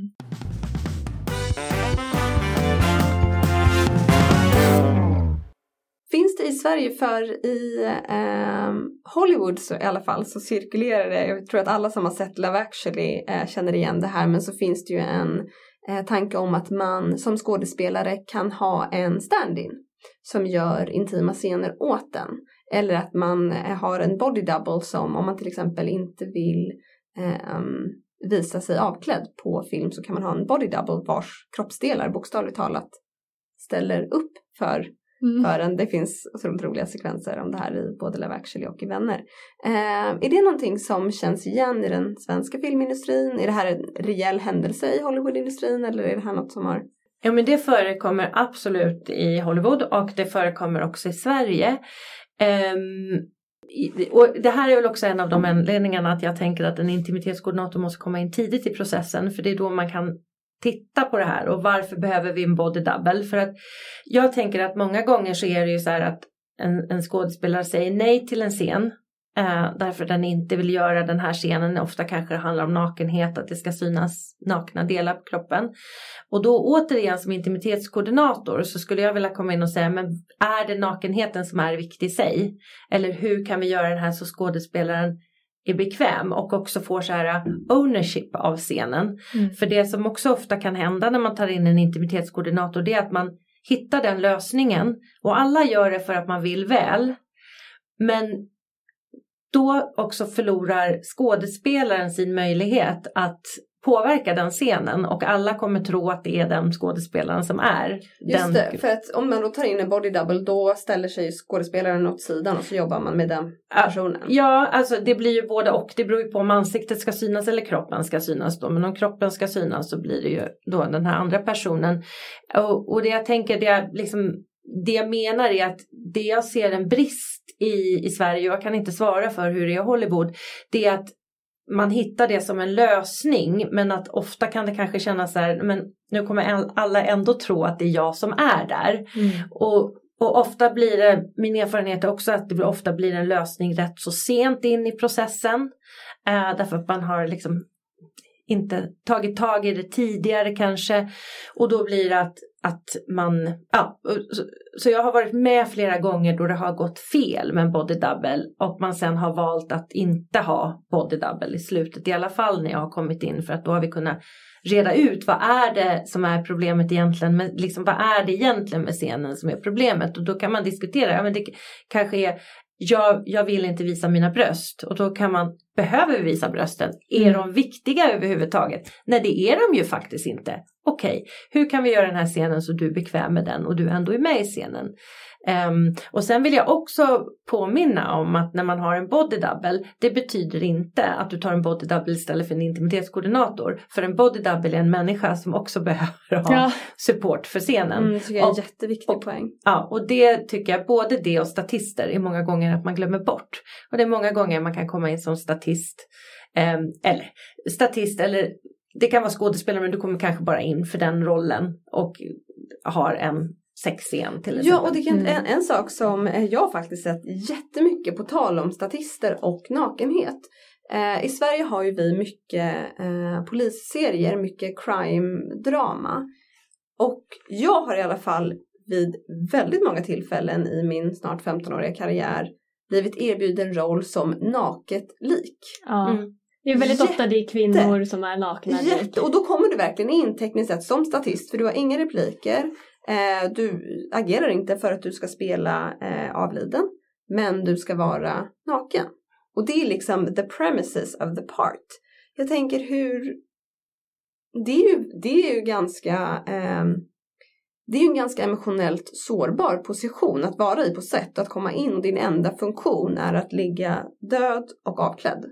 Finns det i Sverige, för i eh, Hollywood så i alla fall så cirkulerar det, jag tror att alla som har sett Love Actually eh, känner igen det här, men så finns det ju en eh, tanke om att man som skådespelare kan ha en stand-in som gör intima scener åt den. Eller att man eh, har en body double som, om man till exempel inte vill eh, visa sig avklädd på film, så kan man ha en body double vars kroppsdelar bokstavligt talat ställer upp för Mm. för en. Det finns otroligt roliga sekvenser om det här i både Love Actually och i Vänner. Eh, är det någonting som känns igen i den svenska filmindustrin? Är det här en rejäl händelse i Hollywoodindustrin, eller är det här något som har... Ja, men det förekommer absolut i Hollywood, och det förekommer också i Sverige. Um, och det här är väl också en av de anledningarna att jag tänker att en intimitetskoordinator måste komma in tidigt i processen, för det är då man kan titta på det här. Och varför behöver vi en body double? För att jag tänker att många gånger så är det ju så här att en, en skådespelare säger nej till en scen. Eh, därför den inte vill göra den här scenen. Ofta kanske det handlar om nakenhet, att det ska synas nakna delar på kroppen. Och då återigen som intimitetskoordinator så skulle jag vilja komma in och säga, men är det nakenheten som är viktig i sig? Eller hur kan vi göra den här så skådespelaren är bekväm och också får så här ownership av scenen. Mm. För det som också ofta kan hända när man tar in en intimitetskoordinator, det är att man hittar den lösningen, och alla gör det för att man vill väl. Men då också förlorar skådespelaren sin möjlighet att påverka den scenen, och alla kommer tro att det är den skådespelaren som är. Just den... det, för att om man då tar in en body double, då ställer sig skådespelaren åt sidan och så jobbar man med den personen. Ja, alltså det blir ju både och. Det beror ju på om ansiktet ska synas eller kroppen ska synas då. Men om kroppen ska synas så blir det ju då den här andra personen. Och, och det jag tänker, det jag, liksom, det jag menar är att det jag ser en brist i, i Sverige, och jag kan inte svara för hur det är i Hollywood, det är att man hittar det som en lösning, men att ofta kan det kanske kännas så här, men nu kommer alla ändå tro att det är jag som är där. Mm. Och, och ofta blir det, min erfarenhet är också att det ofta blir en lösning rätt så sent in i processen. Eh, därför att man har liksom inte tagit tag i det tidigare kanske. Och då blir det att, att man... Ja, så, så jag har varit med flera gånger då det har gått fel med en body double. Och man sen har valt att inte ha body double i slutet. I alla fall när jag har kommit in. För att då har vi kunnat reda ut vad är det som är problemet egentligen. Med, liksom, vad är det egentligen med scenen som är problemet. Och då kan man diskutera. Ja, men det kanske är... Jag, jag vill inte visa mina bröst. Och då kan man, behöver vi visa brösten? Är de viktiga överhuvudtaget? Nej, det är de ju faktiskt inte. Okej, okay. Hur kan vi göra den här scenen så du är bekväm med den och du ändå är med i scenen? Um, och sen vill jag också påminna om att när man har en body double, det betyder inte att du tar en body double istället för en intimitetskoordinator. För en body double är en människa som också behöver ha ja. support för scenen. Mm, det tycker jag är en jätteviktig och, poäng. Ja, och det tycker jag, både det och statister är många gånger att man glömmer bort. Och det är många gånger man kan komma in som statist. Um, eller statist eller... Det kan vara skådespelare, men du kommer kanske bara in för den rollen och har en sexscen till exempel. Ja, och det kan, mm. en, en sak som jag faktiskt sett jättemycket på tal om statister och nakenhet. Eh, I Sverige har ju vi mycket eh, polisserier, mycket crime-drama. Och jag har i alla fall vid väldigt många tillfällen i min snart femtonåriga karriär blivit erbjuden roll som naket lik. Ja. Mm. Det är väldigt Jätte. ofta det är kvinnor som är nakna. Jätte. Och då kommer du verkligen in tekniskt sett som statist. För du har inga repliker. Eh, du agerar inte för att du ska spela eh, avliden. Men du ska vara naken. Och det är liksom the premises of the part. Jag tänker hur... Det är ju, det är ju ganska... Eh, det är ju en ganska emotionellt sårbar position att vara i på sätt. Att komma in och din enda funktion är att ligga död och avklädd.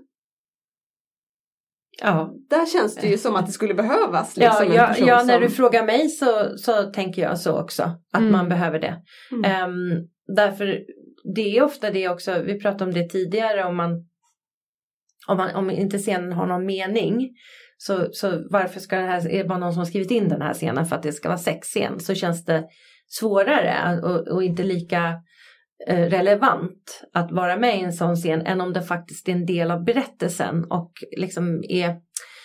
Ja. Där känns det ju som att det skulle behövas. Liksom, Ja, ja, en person ja som... när du frågar mig så, så tänker jag så också. Att Mm. man behöver det. Mm. Um, därför det är ofta det också. Vi pratade om det tidigare. Om, man, om, man, om inte scenen har någon mening. Så, så varför ska det här, är det bara någon som har skrivit in den här scenen för att det ska vara sexscen. Så känns det svårare och, och inte lika eh, relevant att vara med i en sån scen. Än om det faktiskt är en del av berättelsen. Och liksom är,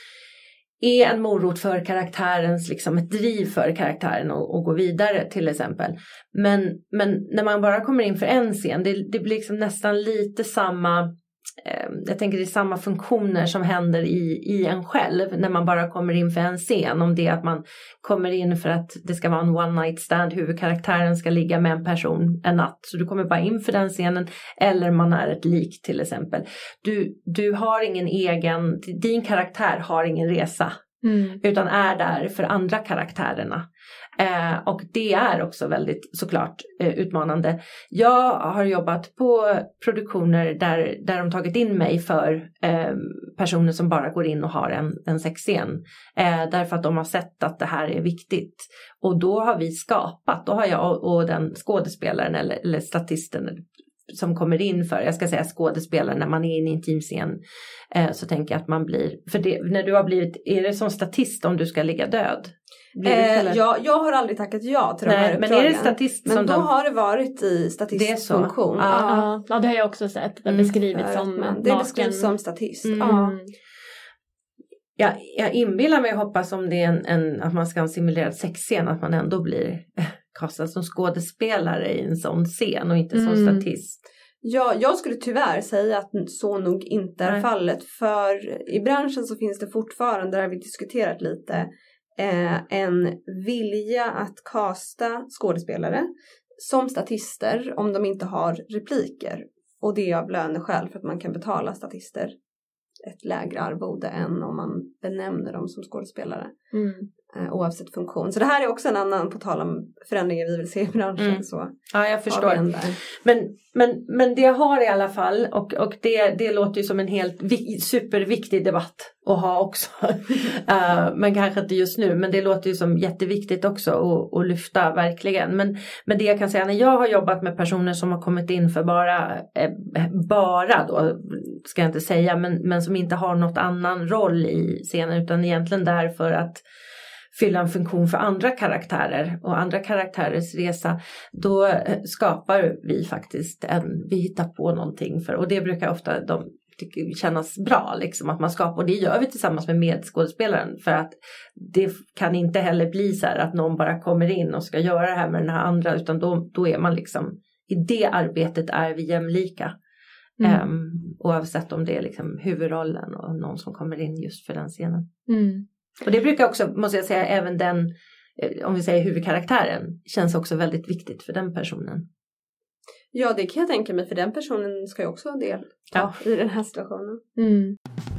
är en morot för karaktärens, liksom ett driv för karaktären och, och gå vidare till exempel. Men, men när man bara kommer in för en scen. Det, det blir liksom nästan lite samma... Jag tänker det är samma funktioner som händer i, i en själv när man bara kommer in för en scen. Om det är att man kommer in för att det ska vara en one night stand, huvudkaraktären ska ligga med en person en natt. Så du kommer bara in för den scenen, eller man är ett lik till exempel. Du, du har ingen egen, din karaktär har ingen resa. Mm. Utan är där för andra karaktärerna. Eh, och det är också väldigt såklart eh, utmanande. Jag har jobbat på produktioner där, där de tagit in mig för eh, personer som bara går in och har en, en sexscen. Eh, därför att de har sett att det här är viktigt. Och då har vi skapat, då har jag och, och den skådespelaren eller, eller statisten som kommer in för, jag ska säga skådespelare, när man är i en intimscen, eh, så tänker jag att man blir, för det, när du har blivit, är det som statist om du ska ligga död? Eh, ja, jag har aldrig tackat ja till Nej, de här men uppdragen. är det statist men som då de... har det varit i statistfunktion. Ja. Ja. ja, det har jag också sett. Det beskrivits mm, som man, Det naken. beskrivs som statist, mm. ja. Ja, jag inbillar mig och hoppas om det är en, en, att man ska ha en simulerad sexscen, att man ändå blir kastad som skådespelare i en sån scen och inte som Mm. statist. Ja, jag skulle tyvärr säga att så nog inte är Nej. fallet. För i branschen så finns det fortfarande, där har vi diskuterat lite, eh, en vilja att kasta skådespelare som statister om de inte har repliker. Och det är av löneskäl, för att man kan betala statister ett lägre arvode än om man benämner dem som skådespelare. Mm. Eh, oavsett funktion. Så det här är också en annan, på tal om förändringar vi vill se i branschen. Mm. Så Ja, jag förstår. där. Men, men, men det jag har i alla fall, och, och det, det låter ju som en helt vi, superviktig debatt att ha också. uh, men kanske inte just nu, men det låter ju som jätteviktigt också att, att lyfta verkligen. Men, men det jag kan säga, när jag har jobbat med personer som har kommit in för bara, eh, bara då, ska jag inte säga, men, men som inte har något annan roll i scenen, utan egentligen därför att fylla en funktion för andra karaktärer och andra karaktärers resa, då skapar vi faktiskt en, vi hittar på någonting för, och det brukar ofta de tycker kännas bra liksom, att man skapar, och det gör vi tillsammans med medskådespelaren, för att det kan inte heller bli så här att någon bara kommer in och ska göra det här med den här andra, utan då, då är man liksom, i det arbetet är vi jämlika. Mm. Um, oavsett om det är liksom huvudrollen och någon som kommer in just för den scenen. Mm. Och det brukar också, måste jag säga, även den, om vi säger huvudkaraktären, känns också väldigt viktigt för den personen. Ja, det kan jag tänka mig, för den personen ska ju också ha del ja. i den här situationen. Mm.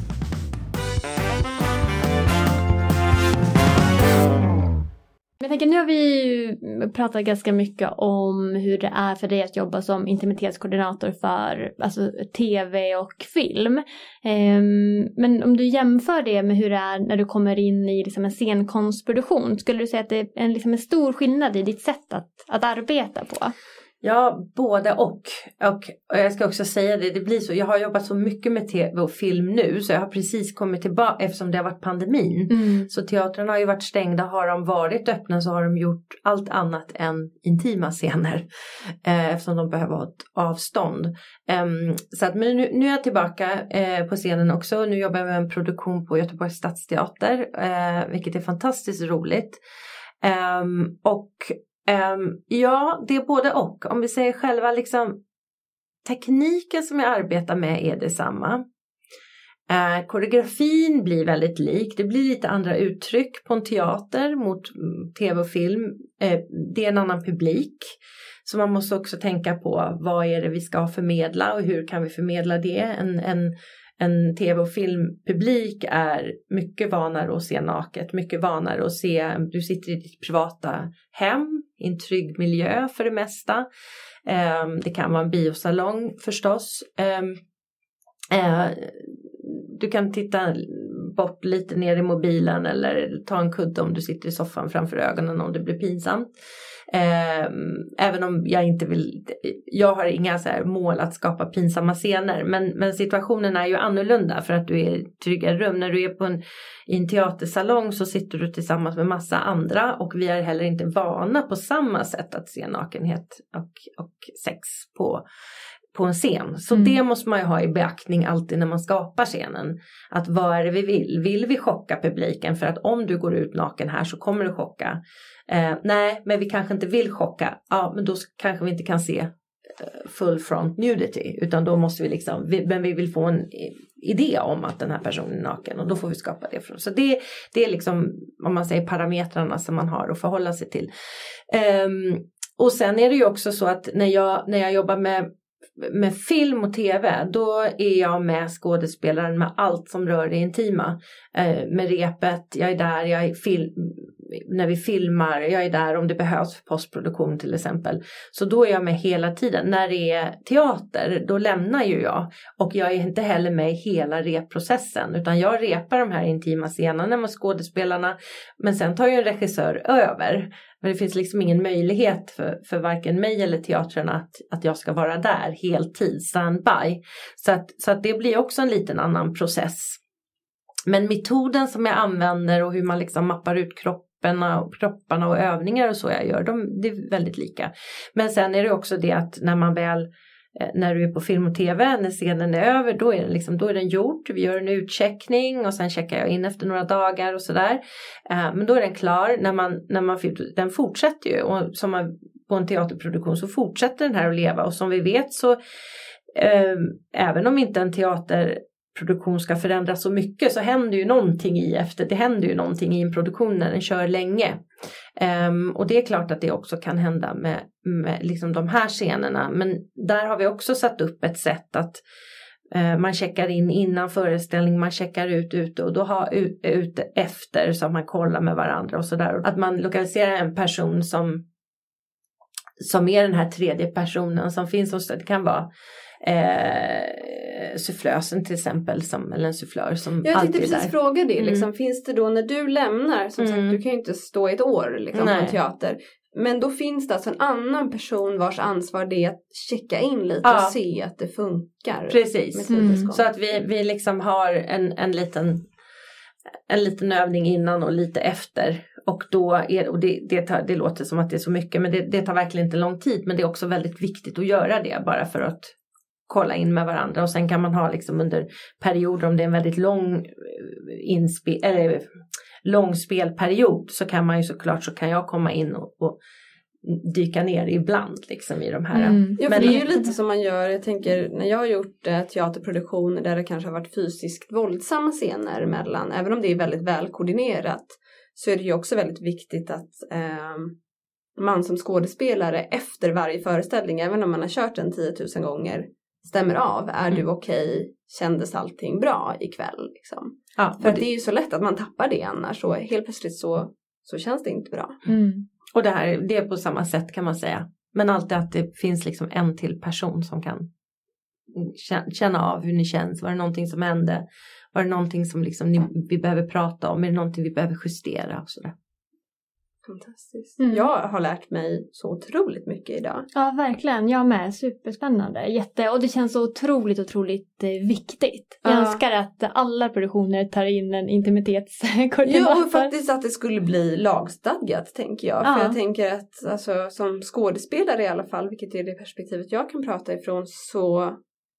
Jag tänker, nu har vi ju pratat ganska mycket om hur det är för dig att jobba som intimitetskoordinator för alltså, tv och film. Um, men om du jämför det med hur det är när du kommer in i liksom, en scenkonstproduktion, skulle du säga att det är en, liksom, en stor skillnad i ditt sätt att, att arbeta på? Ja, både och. och. Och jag ska också säga det, det blir så. Jag har jobbat så mycket med tv och film nu, så jag har precis kommit tillbaka, eftersom det har varit pandemin. Mm. Så teatrarna har ju varit stängda, har de varit öppna så har de gjort allt annat än intima scener. Eh, eftersom de behöver ha ett avstånd. Eh, så att, men nu, nu är jag tillbaka eh, på scenen också. Nu jobbar jag med en produktion på Göteborgs stadsteater, eh, vilket är fantastiskt roligt. Eh, och Um, ja, det är både och. Om vi säger själva liksom, tekniken som jag arbetar med är detsamma. Eh, koreografin blir väldigt lik. Det blir lite andra uttryck på en teater mot tv och film. Eh, det är en annan publik. Så man måste också tänka på vad är det vi ska förmedla och hur kan vi förmedla det. En, en, en tv- och filmpublik är mycket vanare att se naket. Mycket vanare att se, du sitter i ditt privata hem, i en trygg miljö för det mesta. Eh, det kan vara en biosalong förstås. Eh, eh, Du kan titta bort lite ner i mobilen eller ta en kudde om du sitter i soffan framför ögonen om det blir pinsamt. Eh, även om jag inte vill, jag har inga så här mål att skapa pinsamma scener. Men, men situationen är ju annorlunda för att du är i trygga rum. När du är på en, i en teatersalong så sitter du tillsammans med massa andra. Och vi är heller inte vana på samma sätt att se nakenhet och, och sex på på en scen. Så mm. det måste man ju ha i beaktning alltid när man skapar scenen. Att vad är det vi vill? Vill vi chocka publiken? För att om du går ut naken här så kommer du chocka. Eh, nej, men vi kanske inte vill chocka. Ja, men då kanske vi inte kan se full front nudity. Utan då måste vi liksom, vi, men vi vill få en idé om att den här personen är naken. Och då får vi skapa det. För. Så det, det är liksom, om man säger parametrarna som man har att förhålla sig till. Um, och sen är det ju också så att när jag, när jag jobbar med med film och tv, då är jag med skådespelaren med allt som rör det intima. Eh, med repet, jag är där, jag är film, när vi filmar, jag är där om det behövs för postproduktion till exempel. Så då är jag med hela tiden. När det är teater, då lämnar ju jag. Och jag är inte heller med i hela repprocessen, utan jag repar de här intima scenerna med skådespelarna. Men sen tar ju en regissör över. Men det finns liksom ingen möjlighet för, för varken mig eller teatrarna att, att jag ska vara där heltid, standby. Så att, så att det blir också en liten annan process. Men metoden som jag använder och hur man liksom mappar ut kropparna och, kropparna och övningar och så jag gör, de, det är väldigt lika. Men sen är det också det att när man väl, när du är på film och tv, när scenen är över, då är den, liksom, då är den gjord. Vi gör en utcheckning och sen checkar jag in efter några dagar och sådär. Eh, men då är den klar. När man, när man, den fortsätter ju. Och som man, på en teaterproduktion så fortsätter den här att leva. Och som vi vet så, eh, även om inte en teaterproduktion ska förändras så mycket, så händer ju någonting i efter. Det händer ju någonting i en produktion när den kör länge. Um, och det är klart att det också kan hända med, med liksom de här scenerna. Men där har vi också satt upp ett sätt att uh, man checkar in innan föreställning, man checkar ut ute och då har ut, ut efter så att man kollar med varandra och sådär. Att man lokaliserar en person som, som är den här tredje personen som finns hos det. Det kan vara Eh, sufflösen till exempel som, eller en sufflör som jag alltid är där. Jag tänkte precis fråga det liksom, mm. finns det då när du lämnar, som mm. sagt du kan ju inte stå ett år liksom, på en teater, men då finns det alltså en annan person vars ansvar det är att checka in lite ja. och se att det funkar. Precis, mm. så att vi, vi liksom har en, en liten en liten övning innan och lite efter. Och då är, och det, det, tar, det låter som att det är så mycket, men det, det tar verkligen inte lång tid, men det är också väldigt viktigt att göra det bara för att kolla in med varandra. Och sen kan man ha liksom under perioder, om det är en väldigt lång inspe- eller lång spelperiod, så kan man ju såklart, så kan jag komma in och, och dyka ner ibland liksom i de här. Mm. Ja, men det är ju lite som man gör, jag tänker när jag har gjort eh, teaterproduktioner där det kanske har varit fysiskt våldsamma scener mellan, även om det är väldigt välkoordinerat, så är det ju också väldigt viktigt att eh, man som skådespelare efter varje föreställning, även om man har kört den tio tusen gånger, stämmer av. Är du okej? Okay? Kändes allting bra ikväll? Liksom? Ja, för det... det är ju så lätt att man tappar det annars. Och helt plötsligt så, så känns det inte bra. Mm. Och det här, det är på samma sätt kan man säga. Men alltid att det finns liksom en till person som kan känna av hur ni känns. Var det någonting som hände? Var det någonting som liksom ni, vi behöver prata om? Är det någonting vi behöver justera? Och sådär. Fantastiskt. Mm. Jag har lärt mig så otroligt mycket idag. Ja, verkligen. Jag med. Superspännande. Jätte. Och det känns så otroligt, otroligt eh, viktigt. Jag ja. önskar att alla produktioner tar in en intimitetskoordinator. Ja, och faktiskt att det skulle bli lagstadgat, tänker jag. Ja. För jag tänker att alltså, som skådespelare i alla fall, vilket är det perspektivet jag kan prata ifrån, så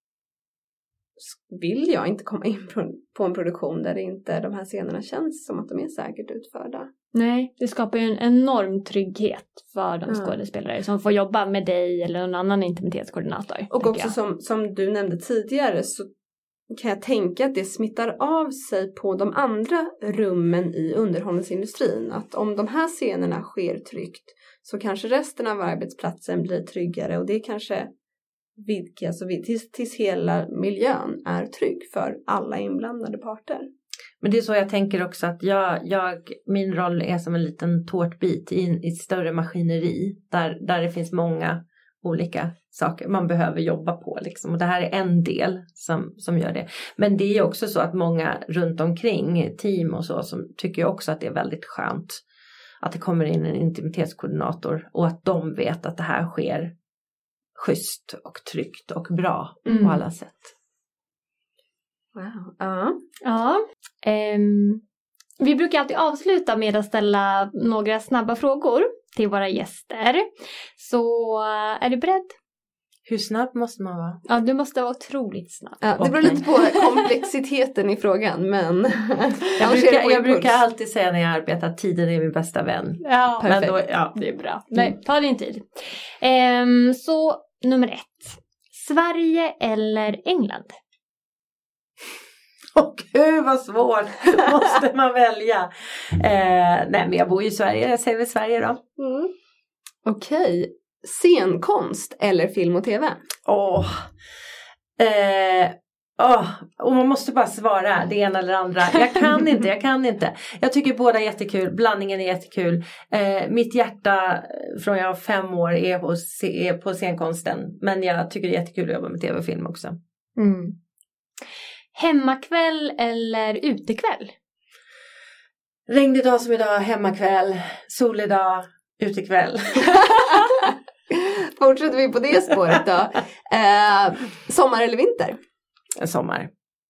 vill jag inte komma in på en produktion där det inte de här scenerna känns som att de är säkert utförda. Nej, det skapar ju en enorm trygghet för de ja. skådespelare som får jobba med dig eller någon annan intimitetskoordinator. Och också som, som du nämnde tidigare, så kan jag tänka att det smittar av sig på de andra rummen i underhållningsindustrin. Att om de här scenerna sker tryggt så kanske resten av arbetsplatsen blir tryggare. Och det kanske vidgas och tills, tills hela miljön är trygg för alla inblandade parter. Men det är så jag tänker också att jag, jag, min roll är som en liten tårtbit i, i ett större maskineri. Där, där det finns många olika saker man behöver jobba på. Liksom. Och det här är en del som, som gör det. Men det är också så att många runt omkring, team och så, som tycker också att det är väldigt skönt. Att det kommer in en intimitetskoordinator och att de vet att det här sker schysst och tryggt och bra mm. på alla sätt. Wow. Ja. Ja. Um, vi brukar alltid avsluta med att ställa några snabba frågor till våra gäster. Så är du beredd? Hur snabb måste man vara? Ja, du måste vara otroligt snabb. Ja, det beror lite på komplexiteten i frågan, men jag, brukar, jag brukar alltid säga när jag arbetar att tiden är min bästa vän. Ja, perfekt. Men då, ja. Det är bra. Nej, ta din tid. Um, så nummer ett. Sverige eller England? Åh gud vad svårt. Måste man välja. Eh, nej men jag bor ju i Sverige. Jag säger väl Sverige då. Mm. Okej. Okay. Scenkonst eller film och tv? Åh. Eh, åh. Och man måste bara svara det ena eller det andra. Jag kan inte, jag kan inte. Jag tycker båda är jättekul. Blandningen är jättekul. Eh, mitt hjärta från jag var fem år är på, är på scenkonsten. Men jag tycker det är jättekul att jobba med tv och film också. Mm. Hemmakväll eller utekväll? Regnig dag som idag, hemmakväll. Solig dag, utekväll. Fortsätter vi på det spåret då. Eh, sommar eller vinter? Sommar.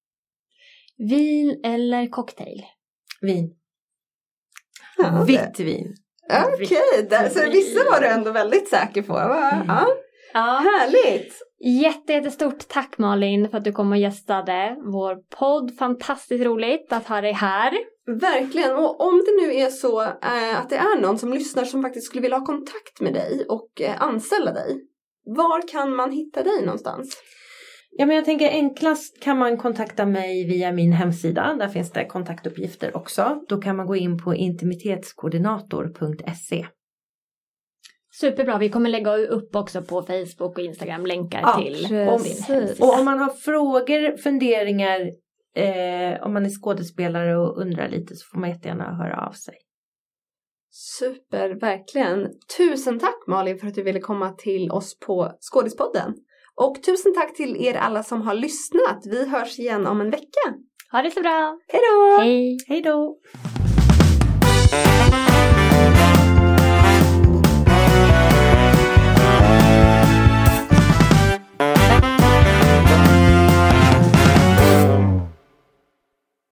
Vin eller cocktail? Vin. Ja, vitt vin. Okej, okay, så vissa var du ändå väldigt säker på. Mm. Ja. Ja. Härligt! Jätte, jättestort tack Malin för att du kom och gästade vår podd. Fantastiskt roligt att ha dig här. Verkligen, och om det nu är så äh, att det är någon som lyssnar som faktiskt skulle vilja ha kontakt med dig och äh, anställa dig. Var kan man hitta dig någonstans? Ja, men jag tänker enklast kan man kontakta mig via min hemsida. Där finns det kontaktuppgifter också. Då kan man gå in på intimitetskoordinator punkt se. Superbra, vi kommer lägga upp också på Facebook och Instagram länkar ja, till din hemsida. Och om man har frågor, funderingar, eh, om man är skådespelare och undrar lite så får man jättegärna höra av sig. Super, verkligen. Tusen tack Malin för att du ville komma till oss på Skådispodden. Och tusen tack till er alla som har lyssnat. Vi hörs igen om en vecka. Ha det så bra. Hej då! Hej. Hej då!